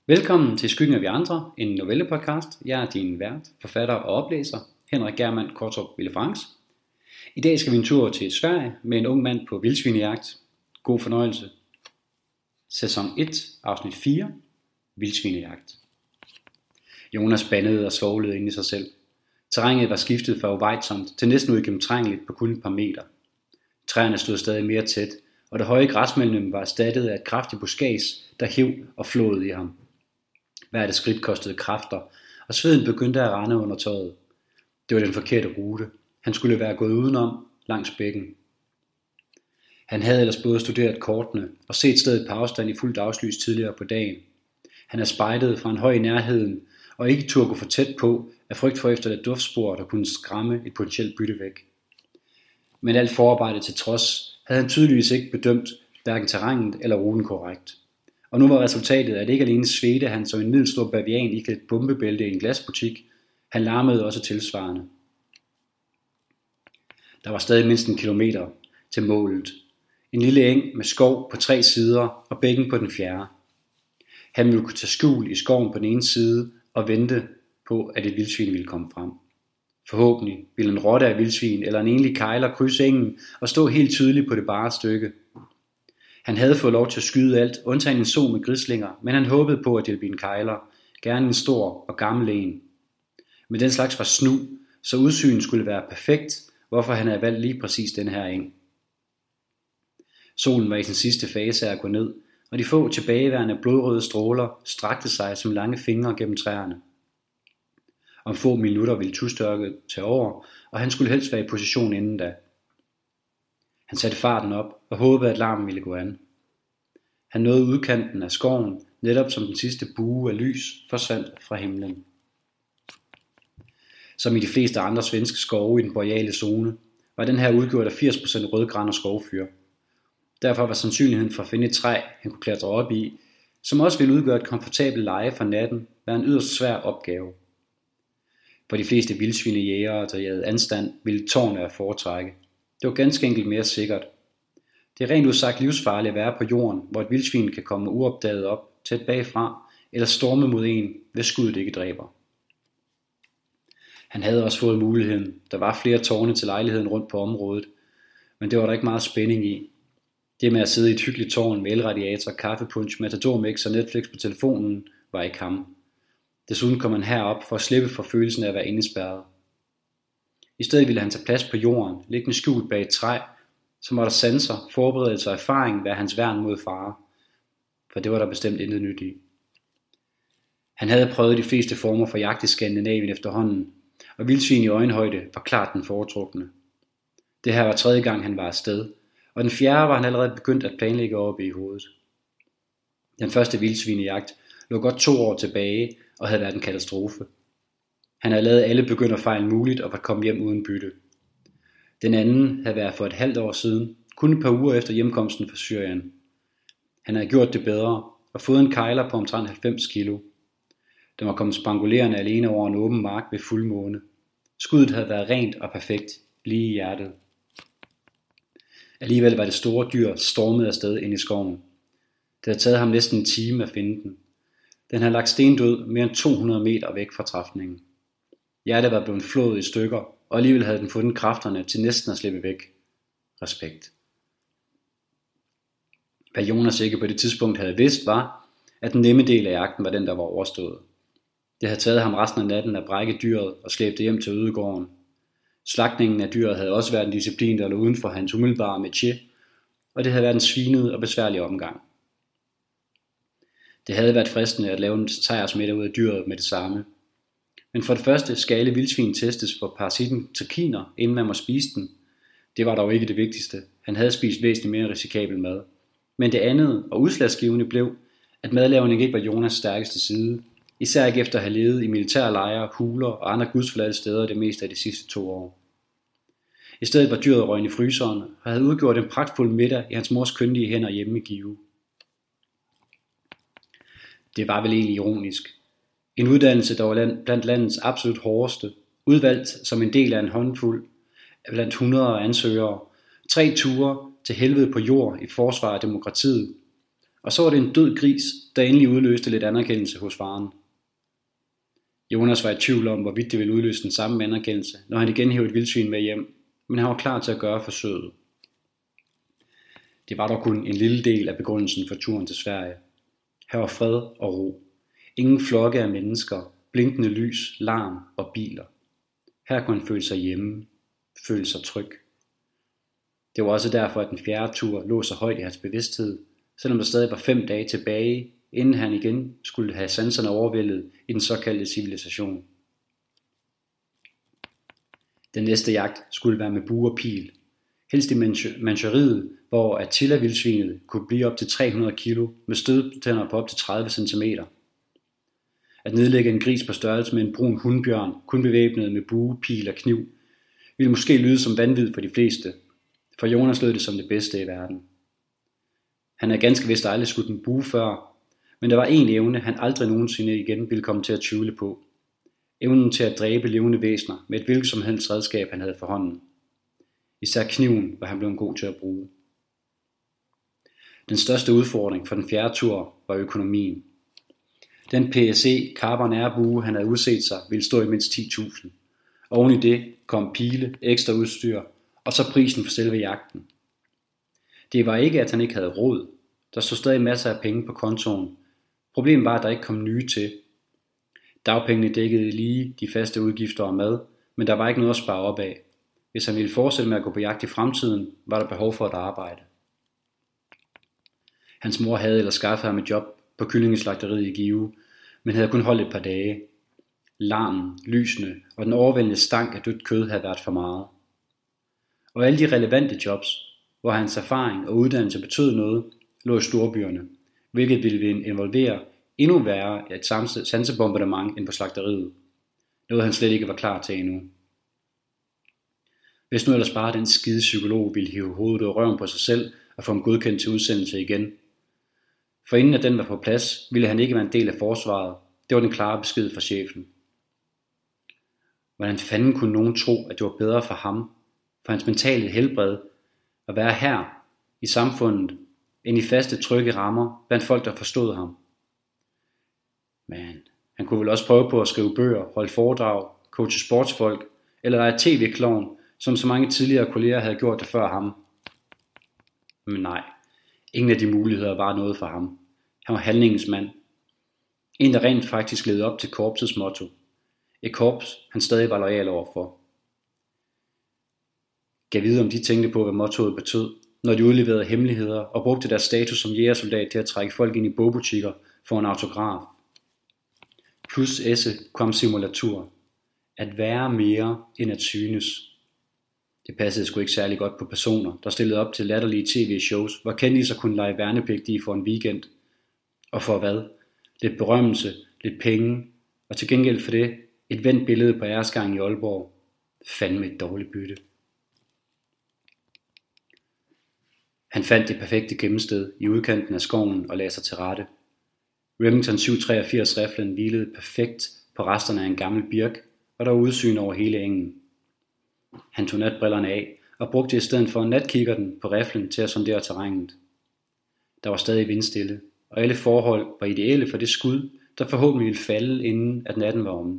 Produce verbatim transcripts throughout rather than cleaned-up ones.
Velkommen til Skyggen af vi andre, en novellepodcast. Jeg er din vært, forfatter og oplæser, Henrik Germand Qvortrup Villefranche. I dag skal vi en tur til Sverige med en ung mand på vildsvinejagt. God fornøjelse. Sæson et, afsnit fire, vildsvinejagt. Jonas bandede og svovlede ind i sig selv. Terrænet var skiftet fra uvejsomt til næsten uigennemtrængeligt på kun et par meter. Træerne stod stadig mere tæt, og det høje græs mellem dem var erstattet af et kraftigt buskads, der hev og flåede i ham. Hvert skridt kostede kræfter, og sveden begyndte at rende under tøjet. Det var den forkerte rute. Han skulle være gået udenom langs bækken. Han havde ellers både studeret kortene og set stedet på afstand i fuldt afslys tidligere på dagen. Han havde spejdet fra en høj i nærheden, og ikke turde gå for tæt på af frygt for efter det duftspor, der kunne skræmme et potentielt bytte væk. Men alt forarbejde til trods havde han tydeligvis ikke bedømt hverken terrænet eller ruten korrekt. Og nu var resultatet, at ikke alene svedte han som en middelstor bavian i et bombebælte i en glasbutik, han larmede også tilsvarende. Der var stadig mindst en kilometer til målet. En lille eng med skov på tre sider og bækken på den fjerde. Han ville kunne tage skjul i skoven på den ene side og vente på, at et vildsvin ville komme frem. Forhåbentlig ville en rotte af vildsvin eller en enlig kejler krydse engen og stå helt tydeligt på det bare stykke. Han havde fået lov til at skyde alt, undtagen en so med grislinger, men han håbede på, at det ville blive en kejler, gerne en stor og gammel en. Men den slags var snu, så udsynet skulle være perfekt, hvorfor han havde valgt lige præcis den her eng. Solen var i sin sidste fase af at gå ned, og de få tilbageværende blodrøde stråler strakte sig som lange fingre gennem træerne. Om få minutter ville tusstørket tage over, og han skulle helst være i position inden da. Han satte farten op og håbede, at larmen ville gå an. Han nåede udkanten af skoven, netop som den sidste bue af lys forsvandt fra himlen. Som i de fleste andre svenske skove i den boreale zone, var den her udgjort af firs procent rødgran og skovfyr. Derfor var sandsynligheden for at finde et træ, han kunne klatre op i, som også ville udgøre et komfortabelt leje for natten, være en yderst svær opgave. For de fleste vildsvinejægere, der jagede anstand, ville tårne at foretrække. Det var ganske enkelt mere sikkert. Det er rent udsagt livsfarligt at være på jorden, hvor et vildsvin kan komme uopdaget op, tæt bagfra, eller storme mod en, hvis skuddet ikke dræber. Han havde også fået muligheden. Der var flere tårne til lejligheden rundt på området, men det var der ikke meget spænding i. Det med at sidde i et hyggeligt tårn med elradiator, kaffepunch, matadormix og Netflix på telefonen var ikke ham. Desuden kom han herop for at slippe for følelsen af at være indespærret. I stedet ville han tage plads på jorden, liggende skjult bag et træ, som var der sanser, forberedelse og erfaring være hans værn mod fare. For det var der bestemt intet nyt i. Han havde prøvet de fleste former for jagt i Skandinavien efterhånden, og vildsvin i øjenhøjde var klart den foretrukne. Det her var tredje gang han var afsted, og den fjerde var han allerede begyndt at planlægge oppe i hovedet. Den første vildsvinejagt lå godt to år tilbage og havde været en katastrofe. Han havde lavet alle begynderfejl muligt og var kommet hjem uden bytte. Den anden havde været for et halvt år siden, kun et par uger efter hjemkomsten fra Syrien. Han havde gjort det bedre og fået en kejler på omtrent halvfems kilo. Den var kommet spangulerende alene over en åben mark ved fuldmåne. Skuddet havde været rent og perfekt, lige i hjertet. Alligevel var det store dyr stormet afsted ind i skoven. Det havde taget ham næsten en time at finde den. Den havde lagt stendød mere end to hundrede meter væk fra træfningen. Hjertet var blevet flået i stykker, og alligevel havde den fundet kræfterne til næsten at slippe væk. Respekt. Hvad Jonas ikke på det tidspunkt havde vidst var, at den nemme del af jagten var den, der var overstået. Det havde taget ham resten af natten at brække dyret og slæbe det hjem til ødegården. Slagtningen af dyret havde også været en disciplin, der lå uden for hans umiddelbare métier, og det havde været en svinet og besværlig omgang. Det havde været fristende at lave en sejrsmiddag ud af dyret med det samme. Men for det første skal alle vildsvin testes for parasitten trikiner, inden man må spise den. Det var dog ikke det vigtigste. Han havde spist væsentligt mere risikabel mad. Men det andet og udslagsgivende blev, at madlavning ikke var Jonas stærkeste side, især ikke efter at have levet i militærlejre, huler og andre gudsforladte steder det meste af de sidste to år. I stedet var dyret røgn i fryseren og havde udgjort en pragtfuld middag i hans mors kyndige hænder hjemme i Give. Det var vel egentlig ironisk. En uddannelse, der var blandt landets absolut hårdeste, udvalgt som en del af en håndfuld blandt hundrede ansøgere, tre ture til helvede på jord i forsvar af demokratiet, Og så var det en død gris, der endelig udløste lidt anerkendelse hos faren. Jonas var i tvivl om, hvorvidt det ville udløse den samme anerkendelse, når han igen hævde et vildsvin med hjem, men han var klar til at gøre forsøget. Det var dog kun en lille del af begrundelsen for turen til Sverige. Her var fred og ro. Ingen flokke af mennesker, blinkende lys, larm og biler. Her kunne han føle sig hjemme, føle sig tryg. Det var også derfor, at den fjerde tur lå så højt i hans bevidsthed, selvom der stadig var fem dage tilbage, inden han igen skulle have sanserne overvældet i den såkaldte civilisation. Den næste jagt skulle være med bue og pil, helst i Manchuriet, hvor Attila-vildsvinet kunne blive op til tre hundrede kilo med stødtænder på op til tredive centimeter. At nedlægge en gris på størrelse med en brun hundbjørn, kun bevæbnet med bue, pil og kniv, ville måske lyde som vanvid for de fleste. For Jonas lød det som det bedste i verden. Han havde ganske vist aldrig skudt en bue før, men der var en evne, han aldrig nogensinde igen ville komme til at tvivle på. Evnen til at dræbe levende væsener med et hvilket som helst redskab, han havde for hånden. Især kniven var han blevet god til at bruge. Den største udfordring for den fjerde tur var økonomien. Den P S E Carbon Air bue, han havde udset sig, ville stå i mindst ti tusind. Oven i det kom pile, ekstra udstyr og så prisen for selve jagten. Det var ikke, at han ikke havde råd. Der stod stadig masser af penge på kontoen. Problemet var, at der ikke kom nye til. Dagpengene dækkede lige de faste udgifter og mad, men der var ikke noget at spare op af. Hvis han ville fortsætte med at gå på jagt i fremtiden, var der behov for et arbejde. Hans mor havde ellers skaffet ham et job på kyllingeslagteriet i Give, men havde kun holdt et par dage. Larmen, lysene og den overvældende stank af dødt kød havde været for meget. Og alle de relevante jobs, hvor hans erfaring og uddannelse betød noget, lå i storbyerne, hvilket ville involvere endnu værre et sansebombardement end på slagteriet. Noget han slet ikke var klar til endnu. Hvis nu ellers bare den skide psykolog ville hive hovedet og røven på sig selv og få ham godkendt til udsendelse igen. For inden at den var på plads, ville han ikke være en del af forsvaret. Det var den klare besked fra chefen. Hvordan fanden kunne nogen tro, at det var bedre for ham, for hans mentale helbred, at være her i samfundet, end i faste trygge rammer blandt folk, der forstod ham. Men han kunne vel også prøve på at skrive bøger, holde foredrag, coache sportsfolk, eller lege tv-klovn, som så mange tidligere kolleger havde gjort det før ham. Men nej, ingen af de muligheder var noget for ham. Han var handlingens mand. En, der rent faktisk levede op til korpsets motto. Et korps, han stadig var loyal overfor. Gav vide, om de tænkte på, hvad mottoet betød, når de udleverede hemmeligheder og brugte deres status som jægersoldat til at trække folk ind i bogbutikker for en autograf. Plus esse kom simulatur. At være mere end at synes. Det passede sgu ikke særlig godt på personer, der stillede op til latterlige tv-shows, hvor kendisser kunne lege værnepligtige for en weekend. Og for hvad? Lidt berømmelse, lidt penge, og til gengæld for det, et vendt billede på æresgangen i Aalborg. Fandme et dårligt bytte. Han fandt det perfekte gemmested i udkanten af skoven og lagde sig til rette. Remington syv treogfirs riflen hvilede perfekt på resterne af en gammel birk, og der var udsyn over hele engen. Han tog natbrillerne af og brugte i stedet for natkikkerten på riflen til at sondere terrænet. Der var stadig vindstille, og alle forhold var ideelle for det skud, der forhåbentlig ville falde, inden at natten var omme.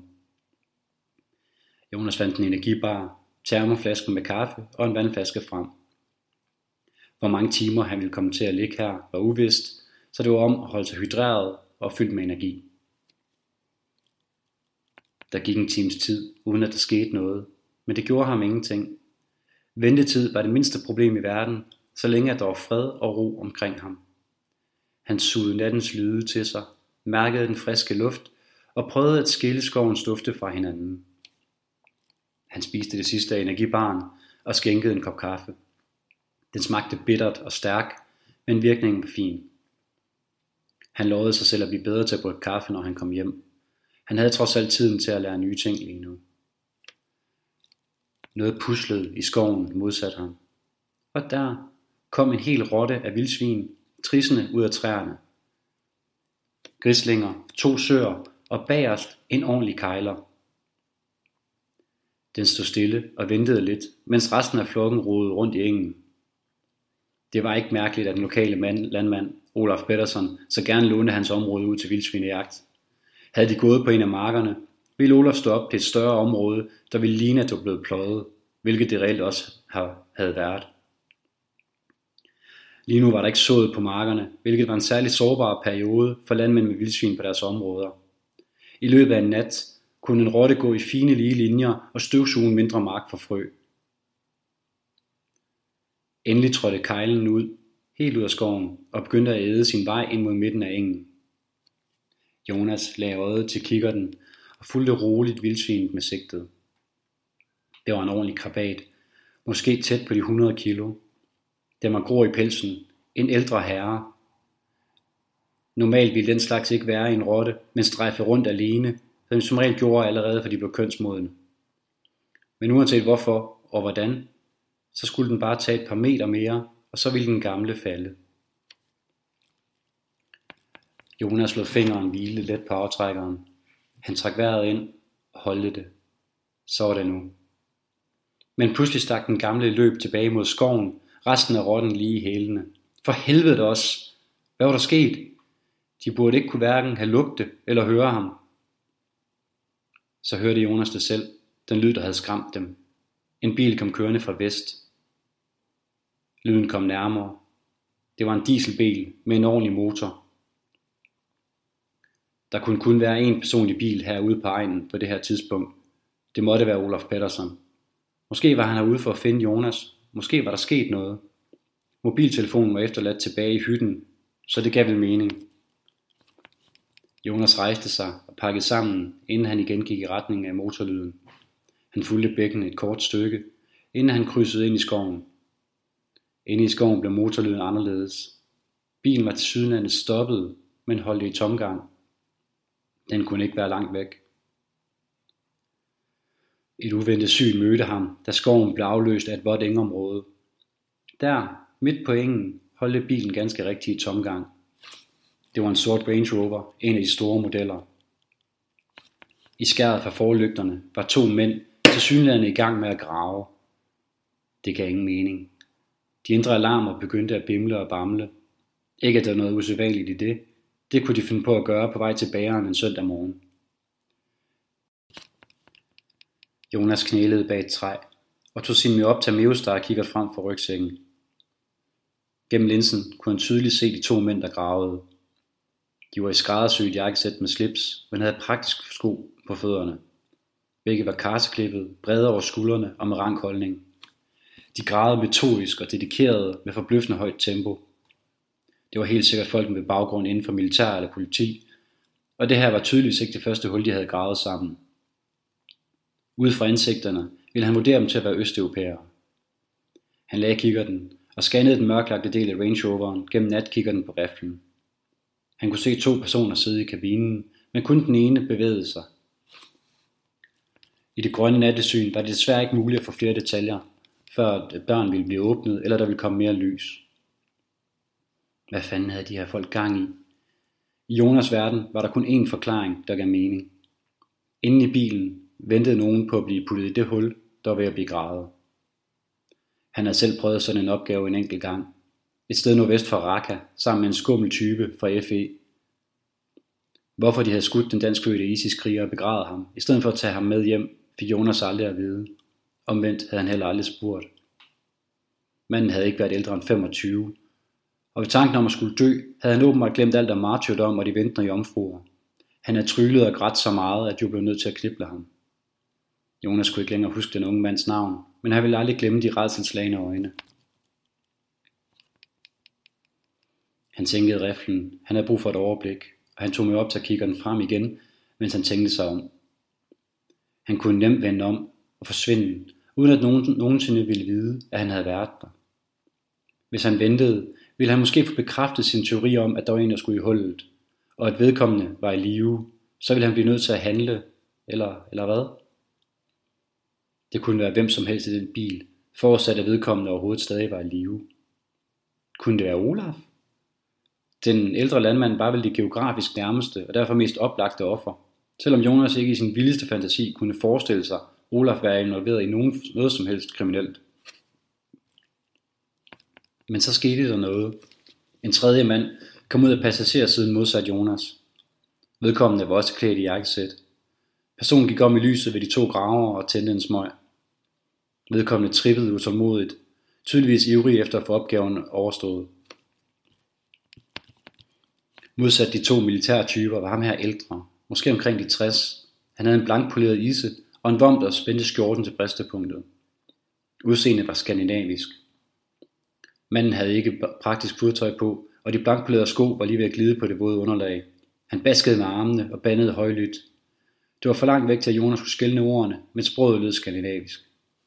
Jonas fandt en energibar, termoflasken med kaffe og en vandflaske frem. Hvor mange timer han ville komme til at ligge her var uvist, så det var om at holde sig hydreret og fyldt med energi. Der gik en times tid, uden at der skete noget, men det gjorde ham ingenting. Ventetid var det mindste problem i verden, så længe at der var fred og ro omkring ham. Han sugede nattens lyde til sig, mærkede den friske luft og prøvede at skille skovens dufte fra hinanden. Han spiste det sidste af energibaren og skænkede en kop kaffe. Den smagte bittert og stærk, men virkningen var fin. Han lovede sig selv at blive bedre til at brygge kaffe, når han kom hjem. Han havde trods alt tiden til at lære nye ting lige nu. Noget puslede i skoven modsat ham. Og der kom en hel rotte af vildsvin, trissende ud af træerne. Grislinger, to søer og bagerst en ordentlig kejler. Den stod stille og ventede lidt, mens resten af flokken rodede rundt i engen. Det var ikke mærkeligt, at den lokale mand, landmand Olaf Pettersson, så gerne låne hans område ud til vildsvinejagt. Havde de gået på en af markerne, ville Olaf stå op til et større område, der ville ligne, at det var blevet pløjet, hvilket det reelt også havde været. Lige nu var der ikke sået på markerne, hvilket var en særlig sårbar periode for landmænd med vildsvin på deres områder. I løbet af en nat kunne en rotte gå i fine lige linjer og støvsuge en mindre mark for frø. Endelig trådte kejlen ud, helt ud af skoven, og begyndte at æde sin vej ind mod midten af engen. Jonas lagde øjet til kikkerten og fulgte roligt vildsvinet med sigtet. Det var en ordentlig krabat, måske tæt på de hundrede kilo. Den var grå i pelsen, en ældre herre. Normalt ville den slags ikke være i en rotte, men strejfe rundt alene, som den som regel gjorde allerede, for de blev kønsmodne. Men uanset hvorfor og hvordan, så skulle den bare tage et par meter mere, og så ville den gamle falde. Jonas lod fingeren hvile let på aftrækkeren. Han trak vejret ind og holdte det. Så var det nu. Men pludselig stak den gamle løb tilbage mod skoven, resten af rotten lige i hælene. For helvede også! Hvad var der sket? De burde ikke kunne hverken have lugte eller høre ham. Så hørte Jonas det selv, den lyd, der havde skræmt dem. En bil kom kørende fra vest. Lyden kom nærmere. Det var en dieselbil med en ordentlig motor. Der kunne kun være en person i bil herude på egnen på det her tidspunkt. Det måtte være Olaf Pettersson. Måske var han herude for at finde Jonas. Måske var der sket noget. Mobiltelefonen var efterladt tilbage i hytten, så det gav vel mening. Jonas rejste sig og pakkede sammen, inden han igen gik i retning af motorlyden. Han fulgte bækken et kort stykke, inden han krydsede ind i skoven. Inde i skoven blev motorlyden anderledes. Bilen var tilsyneladende stoppet, men holdt i tomgang. Den kunne ikke være langt væk. Et uventet syn mødte ham, da skoven blev afløst af et vådt engområde. Der, midt på engen, holdte bilen ganske rigtigt i tomgang. Det var en sort Range Rover, en af de store modeller. I skæret fra forlygterne var to mænd tilsyneladende i gang med at grave. Det gav ingen mening. De indre alarmer begyndte at bimle og bamle. Ikke at der var noget usædvanligt i det. Det kunne de finde på at gøre på vej til bageren en søndag morgen. Jonas knælede bag et træ og tog sin myopta Meostar kikkert frem for rygsækken. Gennem linsen kunne han tydeligt se de to mænd, der gravede. De var i skræddersyet jakkesæt med slips, men havde praktisk sko på fødderne. Begge var karseklippet, brede over skuldrene og med rank holdning. De gravede metodisk og dedikeret med forbløffende højt tempo. Det var helt sikkert folk med baggrund inden for militær eller politi, og det her var tydeligvis ikke det første hul, de havde gravet sammen. Ud fra ansigterne ville han vurdere dem til at være østeuropæere. Han lagde kikkerten og scannede den mørklagte del af Range Roveren gennem natkikkerten på riflen. Han kunne se to personer sidde i kabinen, men kun den ene bevægede sig. I det grønne nattesyn var det desværre ikke muligt at få flere detaljer, før døren ville blive åbnet, eller der ville komme mere lys. Hvad fanden havde de her folk gang i? I Jonas' verden var der kun én forklaring, der gav mening. Inde i bilen ventede nogen på at blive puttet i det hul, der var ved at blive gravet. Han havde selv prøvet sådan en opgave en enkelt gang. Et sted nordvest for Raqqa, sammen med en skummel type fra F E. Hvorfor de havde skudt den danskfødte ISIS-kriger og begravet ham, i stedet for at tage ham med hjem, fik Jonas aldrig at vide. Omvendt havde han heller aldrig spurgt. Manden havde ikke været ældre end femogtyve, og ved tanken om at skulle dø, havde han åbenbart glemt alt om martyrdom og de ventende jomfruer. Han havde tryllet og grædt så meget, at de blev nødt til at kniple ham. Jonas kunne ikke længere huske den unge mands navn, men han ville aldrig glemme de rædselsslagne øjne. Han sænkede riflen. Han havde brug for et overblik, og han tog med op til at kigge den frem igen, mens han tænkte sig om. Han kunne nemt vende om og forsvinde, uden at nogen nogensinde ville vide, at han havde været der. Hvis han ventede, ville han måske få bekræftet sin teori om, at der var en, der skulle i hullet, og at vedkommende var i live, så ville han blive nødt til at handle, eller, eller hvad? Det kunne være hvem som helst i den bil, forudsat at vedkommende overhovedet stadig var i live. Kunne det være Olaf? Den ældre landmand var vel det geografisk nærmeste, og derfor mest oplagte offer, selvom Jonas ikke i sin vildeste fantasi kunne forestille sig, Olaf være involveret i nogen, noget som helst kriminelt. Men så skete der noget. En tredje mand kom ud af passagersiden modsat Jonas. Vedkommende var også klædt i jakkesæt. Personen gik om i lyset ved de to graver og tændte en smøg. Vedkommende trippede utålmodigt, tydeligvis ivrig efter at få opgaven overstået. Modsat de to militærtyper var ham her ældre, måske omkring de tres. Han havde en blankpoleret isse og en vom, der spændte skjorten til bristepunktet. Udseendet var skandinavisk. Manden havde ikke praktisk fodtøj på, og de blankpolerede sko var lige ved at glide på det våde underlag. Han baskede med armene og bandede højlydt. Det var for langt væk til, at Jonas skulle skelne ordene, men sproget lød skandinavisk.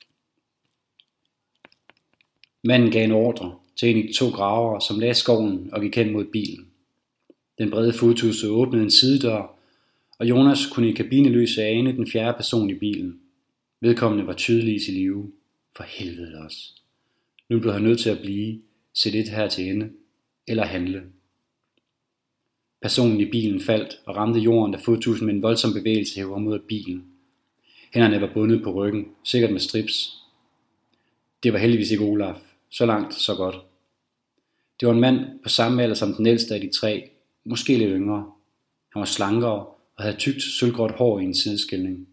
Manden gav en ordre til en af de to gravere, som lagde skoven og gik hen mod bilen. Den brede fodtusse åbnede en sidedør, og Jonas kunne i kabineløse ane den fjerde person i bilen. Vedkommende var tydeligvis i live. For helvede også. Nu blev han nødt til at blive, se lidt her til ende, eller handle. Personen i bilen faldt og ramte jorden, da fodtusen med en voldsom bevægelse hævde ham ud af bilen. Hænderne var bundet på ryggen, sikkert med strips. Det var heldigvis ikke Olaf. Så langt, så godt. Det var en mand på samme alder som den ældste af de tre, måske lidt yngre. Han var slankere og havde tykt sølvgråt hår i en sideskilning.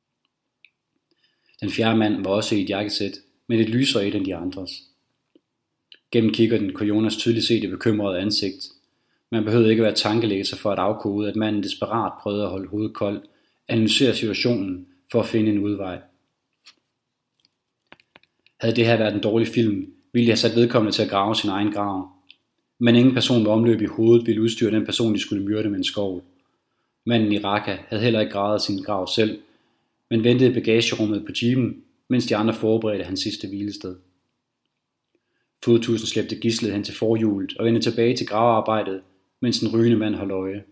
Den fjerde mand var også i et jakkesæt, men et lysere et end de andres. Gennem kikkerten kunne Jonas tydeligt se det bekymrede ansigt. Man behøvede ikke at være tankelæser for at afkode, at manden desperat prøvede at holde hovedet koldt, analysere situationen for at finde en udvej. Havde det her været en dårlig film, ville de have sat vedkommende til at grave sin egen grav. Men ingen person med omløb i hovedet ville udstyre den person, de skulle myrde med en skovl. Manden i Raqqa havde heller ikke gravet sin grav selv, men ventede i bagagerummet på jeepen, mens de andre forberedte hans sidste hvilested. Fodtusen slæbte gidslet hen til forhjulet og vendte tilbage til gravearbejdet, mens den rygende mand holdt øje.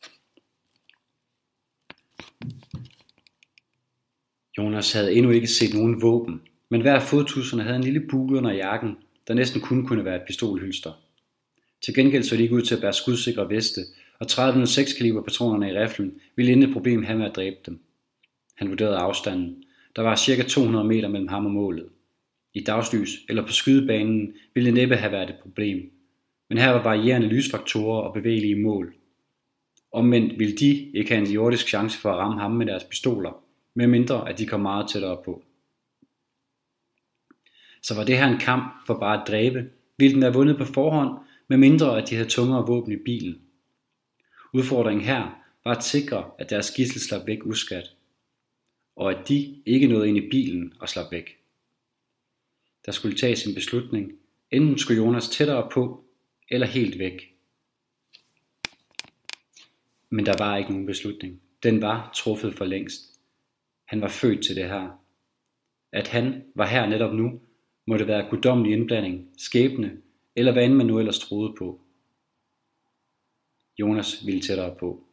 Jonas havde endnu ikke set nogen våben, men hver af fodtusserne havde en lille bule under jakken, der næsten kun kunne være et pistolhylster. Til gengæld så de ikke ud til at bære skudsikre veste, og tredive nul seks kaliber patronerne i riflen ville intet problem have med at dræbe dem. Han vurderede afstanden. Der var cirka to hundrede meter mellem ham og målet. I dagslys eller på skydebanen ville det næppe have været et problem, men her var varierende lysfaktorer og bevægelige mål. Omvendt ville de ikke have en jordisk chance for at ramme ham med deres pistoler, medmindre at de kom meget tættere på. Så var det her en kamp for bare at dræbe, ville den være vundet på forhånd, medmindre at de havde tungere våben i bilen. Udfordringen her var at sikre, at deres gidsel slap væk uskadt, og at de ikke nåede ind i bilen og slap væk. Der skulle tages en beslutning. Enten skulle Jonas tættere på, eller helt væk. Men der var ikke nogen beslutning. Den var truffet for længst. Han var født til det her. At han var her netop nu, må det være guddommelig indblanding, skæbne, eller hvad end man nu ellers troede på. Jonas ville tættere på.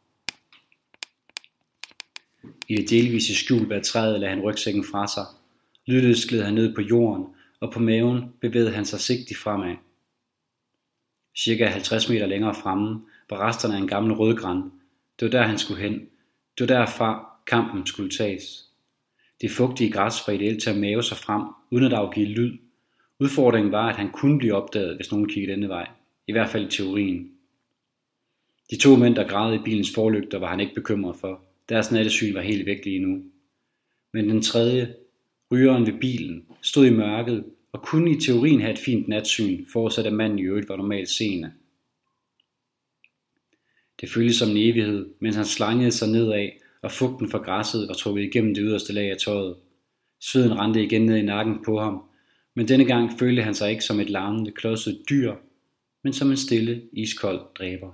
I det delvise skjul bag træet lagde han rygsækken fra sig. Lydløst gled han ned på jorden, og på maven bevægede han sig sigtigt fremad. Cirka halvtreds meter længere fremme var resterne af en gammel rødgran. Det var der han skulle hen. Det var derfra kampen skulle tages. Det fugtige græs var ideelt til at mave sig frem, uden at afgive lyd. Udfordringen var, at han kunne blive opdaget, hvis nogen kiggede denne vej. I hvert fald i teorien. De to mænd, der gravede i bilens forlygter, var han ikke bekymret for. Deres nattesyn var helt væk lige nu. Men den tredje, rygeren ved bilen, stod i mørket og kunne i teorien have et fint natsyn, forudsat at manden i øvrigt var normalt seende. Det føltes som en evighed, mens han slangede sig nedad, og fugten fra græsset var trukket igennem det yderste lag af tøjet. Sveden rendte igen ned i nakken på ham, men denne gang følte han sig ikke som et larmende, klodset dyr, men som en stille, iskold dræber.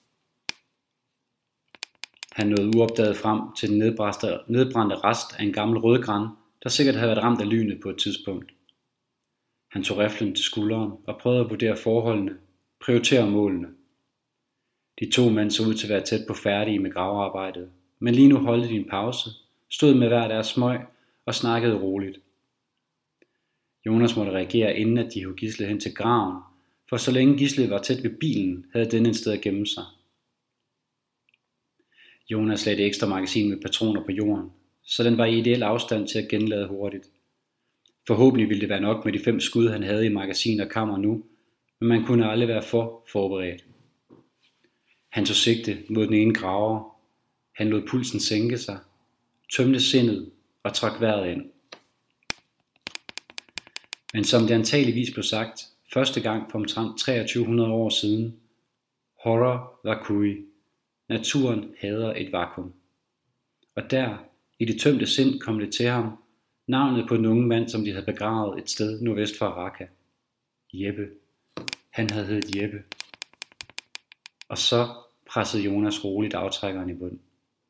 Han nåede uopdaget frem til den nedbrændte rest af en gammel rødgran, der sikkert havde været ramt af lynet på et tidspunkt. Han tog riflen til skulderen og prøvede at vurdere forholdene, prioritere målene. De to mænd så ud til at være tæt på færdige med gravearbejdet, men lige nu holdt de en pause, stod med hver deres smøg og snakkede roligt. Jonas måtte reagere, inden at de havde gidslet hen til graven, for så længe gidslet var tæt ved bilen, havde den et sted at gemme sig. Jonas lagde det ekstra magasin med patroner på jorden, så den var i ideel afstand til at genlade hurtigt. Forhåbentlig ville det være nok med de fem skud, han havde i magasin og kammer nu, men man kunne aldrig være for forberedt. Han tog sigte mod den ene graver. Han lod pulsen sænke sig, tømte sindet og trak vejret ind. Men som det antageligvis blev sagt, første gang for omtrent treogtyve hundrede år siden, horror vacui, naturen hader et vakuum. Og der, i det tømte sind, kom det til ham, navnet på den unge mand, som de havde begravet et sted nordvest for Raqqa. Jeppe. Han havde heddet Jeppe. Og så pressede Jonas roligt aftrækkeren i bunden.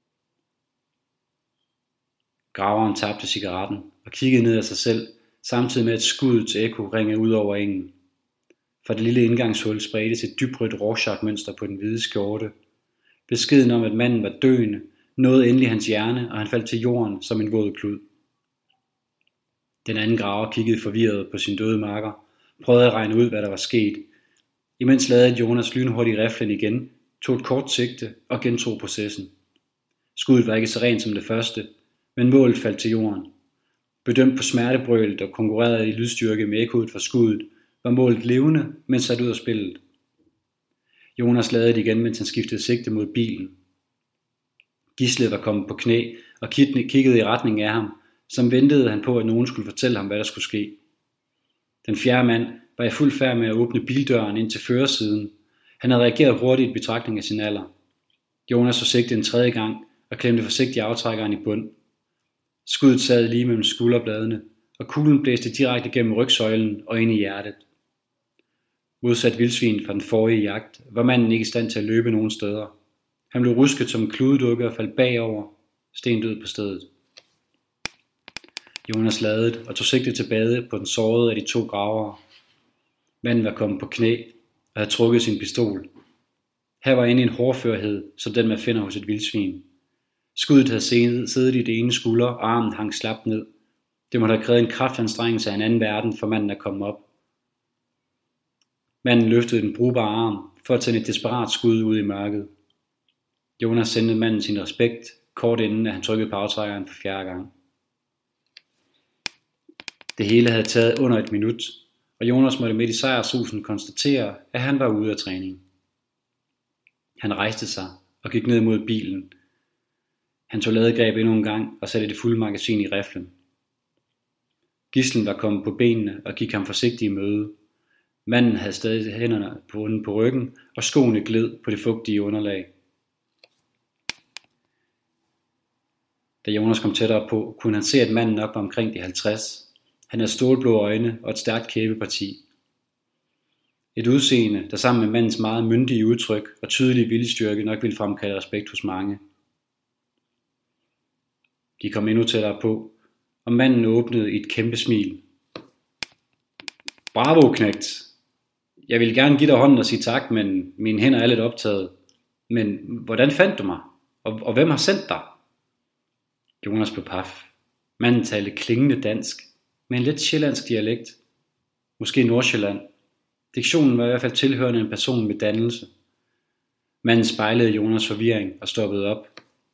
Graveren tabte cigaretten og kiggede ned af sig selv, samtidig med at skuddet til ekko ringede ud over engen. Fra det lille indgangshul spredtes et dybrødt Rorschach-mønster på den hvide skjorte. Beskeden om, at manden var døende, nåede endelig hans hjerne, og han faldt til jorden som en våd klud. Den anden graver kiggede forvirret på sin døde makker, prøvede at regne ud, hvad der var sket. Imens ladede Jonas lynhurtigt riflen igen, tog et kort sigte og gentog processen. Skuddet var ikke så rent som det første, men målet faldt til jorden. Bedømt på smertebrølet og konkurrerede i lydstyrke med ekkoet fra skuddet, var målet levende, men sat ud af spillet. Jonas ladede igen, mens han skiftede sigte mod bilen. Gisle var kommet på knæ og kiggede i retning af ham, som ventede han på, at nogen skulle fortælle ham, hvad der skulle ske. Den fjerde mand var i fuld færd med at åbne bildøren ind til førersiden. Han havde reageret hurtigt i betragtning af sin alder. Jonas så sigte en tredje gang og klemte forsigtigt aftrækkeren i bund. Skuddet sad lige mellem skulderbladene, og kuglen blæste direkte gennem rygsøjlen og ind i hjertet. Modsat vildsvin fra den forrige jagt, var manden ikke i stand til at løbe nogen steder. Han blev rusket som en kludedukke og faldt bagover, stendød på stedet. Jonas ladede og tog sigte tilbage på den sårede af de to gravere. Manden var kommet på knæ og havde trukket sin pistol. Her var inde en hårdførhed, som den man finder hos et vildsvin. Skuddet havde siddet i det ene skulder, og armen hang slapt ned. Det måtte have krævet en kraftanstrengelse af en anden verden, for manden at komme op. Manden løftede den brugbare arm for at tænde et desperat skud ud i mørket. Jonas sendte manden sin respekt, kort inden at han trykkede på aftrækkeren for fjerde gang. Det hele havde taget under et minut, og Jonas måtte midt i sejrsrusen konstatere, at han var ude af træning. Han rejste sig og gik ned mod bilen. Han tog ladegreb endnu en gang og satte det fulde magasin i riflen. Gidslen var kommet på benene og gik ham forsigtigt i møde. Manden havde stadig hænderne på, på ryggen, og skoene gled på det fugtige underlag. Da Jonas kom tættere på, kunne han se, at manden nok var omkring de halvtreds. Han havde stålblå øjne og et stærkt kæbeparti. Et udseende, der sammen med mandens meget myndige udtryk og tydelige viljestyrke nok ville fremkalde respekt hos mange. De kom endnu tættere på, og manden åbnede i et kæmpe smil. Bravo, knægt. Jeg ville gerne give dig hånden og sige tak, men mine hænder er lidt optaget. Men hvordan fandt du mig? Og, og hvem har sendt dig? Jonas blev paf. Manden talte klingende dansk, med en lidt sjællandsk dialekt. Måske Nordsjælland. Diktionen var i hvert fald tilhørende en person med dannelse. Manden spejlede Jonas' forvirring og stoppede op.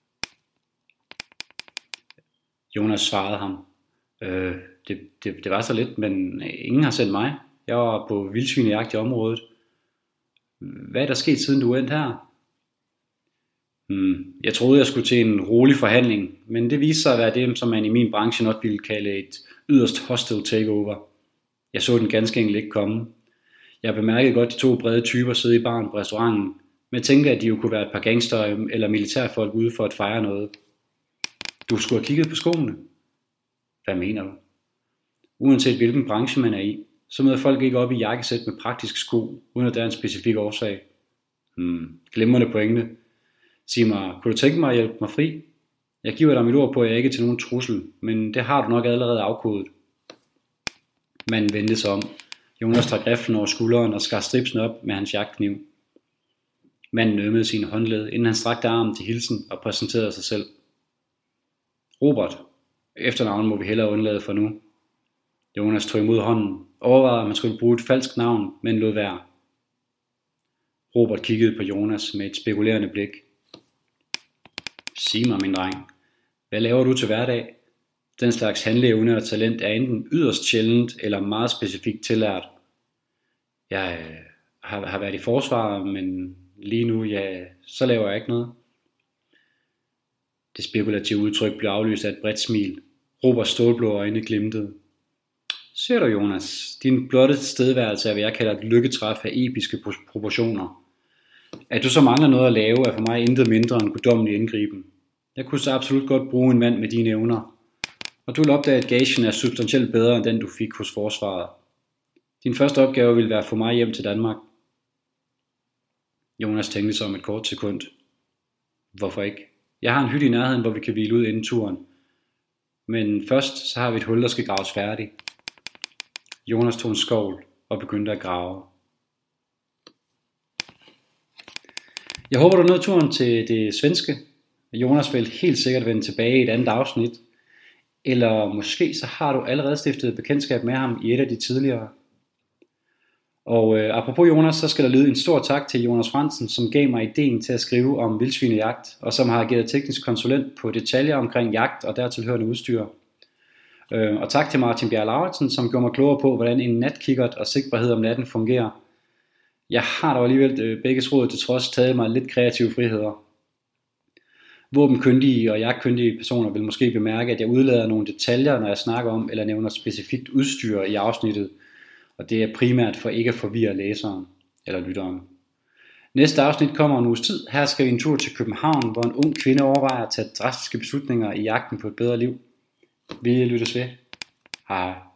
Jonas svarede ham. Øh, det, det, det var så lidt, men ingen har sendt mig. Jeg var på vildsvinejagt i området. Hvad er der sket, siden du endte her? Hmm, jeg troede, jeg skulle til en rolig forhandling, men det viste sig at være det, som man i min branche nok ville kalde et yderst hostile takeover. Jeg så den ganske enkelt ikke komme. Jeg bemærkede godt de to brede typer sidde i baren på restauranten, men tænkte, at de jo kunne være et par gangster eller militærfolk ude for at fejre noget. Du skulle have kigget på skoene. Hvad mener du? Uanset hvilken branche man er i, så møder folk ikke op i jakkesæt med praktiske sko, uden at der er en specifik årsag. Hmm, glimrende pointe. Sig mig, kunne du tænke mig at hjælpe mig fri? Jeg giver dig mit ord på, at jeg ikke er til nogen trussel, men det har du nok allerede afkodet. Manden vendte sig om. Jonas trak riflen over skulderen og skar stripsen op med hans jagtkniv. Manden ømmede sine håndled, inden han strakte armen til hilsen og præsenterede sig selv. Robert. Efternavnet må vi hellere undlade for nu. Jonas tog imod hånden, overvejede, at man skulle bruge et falsk navn, men lod være. Robert kiggede på Jonas med et spekulerende blik. Sig mig, min dreng, hvad laver du til hverdag? Den slags handleevne og talent er enten yderst sjældent eller meget specifikt tillært. Jeg har, har været i forsvaret, men lige nu, ja, så laver jeg ikke noget. Det spekulative udtryk blev aflyst af et bredt smil. Roberts stålblå øjne glimtede. Ser du, Jonas, din blotte tilstedeværelse er, hvad jeg kalder et lykketræf af episke proportioner. At du så mangler noget at lave, er for mig intet mindre end guddommelig indgriben. Jeg kunne så absolut godt bruge en mand med dine evner. Og du vil opdage, at gagen er substantielt bedre end den, du fik hos forsvaret. Din første opgave vil være at få mig hjem til Danmark. Jonas tænkte sig om et kort sekund. Hvorfor ikke? Jeg har en hytte i nærheden, hvor vi kan hvile ud inden turen. Men først så har vi et hul, der skal graves færdigt. Jonas tog en skovl og begyndte at grave. Jeg håber, du nåede turen til det svenske. Jonas vil helt sikkert vende tilbage i et andet afsnit. Eller måske så har du allerede stiftet bekendtskab med ham i et af de tidligere. Og øh, apropos Jonas, så skal der lyde en stor tak til Jonas Fransen, som gav mig ideen til at skrive om vildsvinejagt, og som har ageret teknisk konsulent på detaljer omkring jagt og dertilhørende udstyr. Øh, og tak til Martin Bjerg Lauritsen, som gjorde mig klogere på, hvordan en natkikkert og sigtbarhed om natten fungerer. Jeg har dog alligevel øh, begge råd til trods taget mig lidt kreative friheder. Våbenkyndige og jagtkyndige personer vil måske bemærke, at jeg udlader nogle detaljer, når jeg snakker om eller nævner specifikt udstyr i afsnittet, og det er primært for ikke at forvirre læseren eller lytteren. Næste afsnit kommer en uges tid. Her skal vi en tur til København, hvor en ung kvinde overvejer at tage drastiske beslutninger i jagten på et bedre liv. Vi lyttes ved. Hej.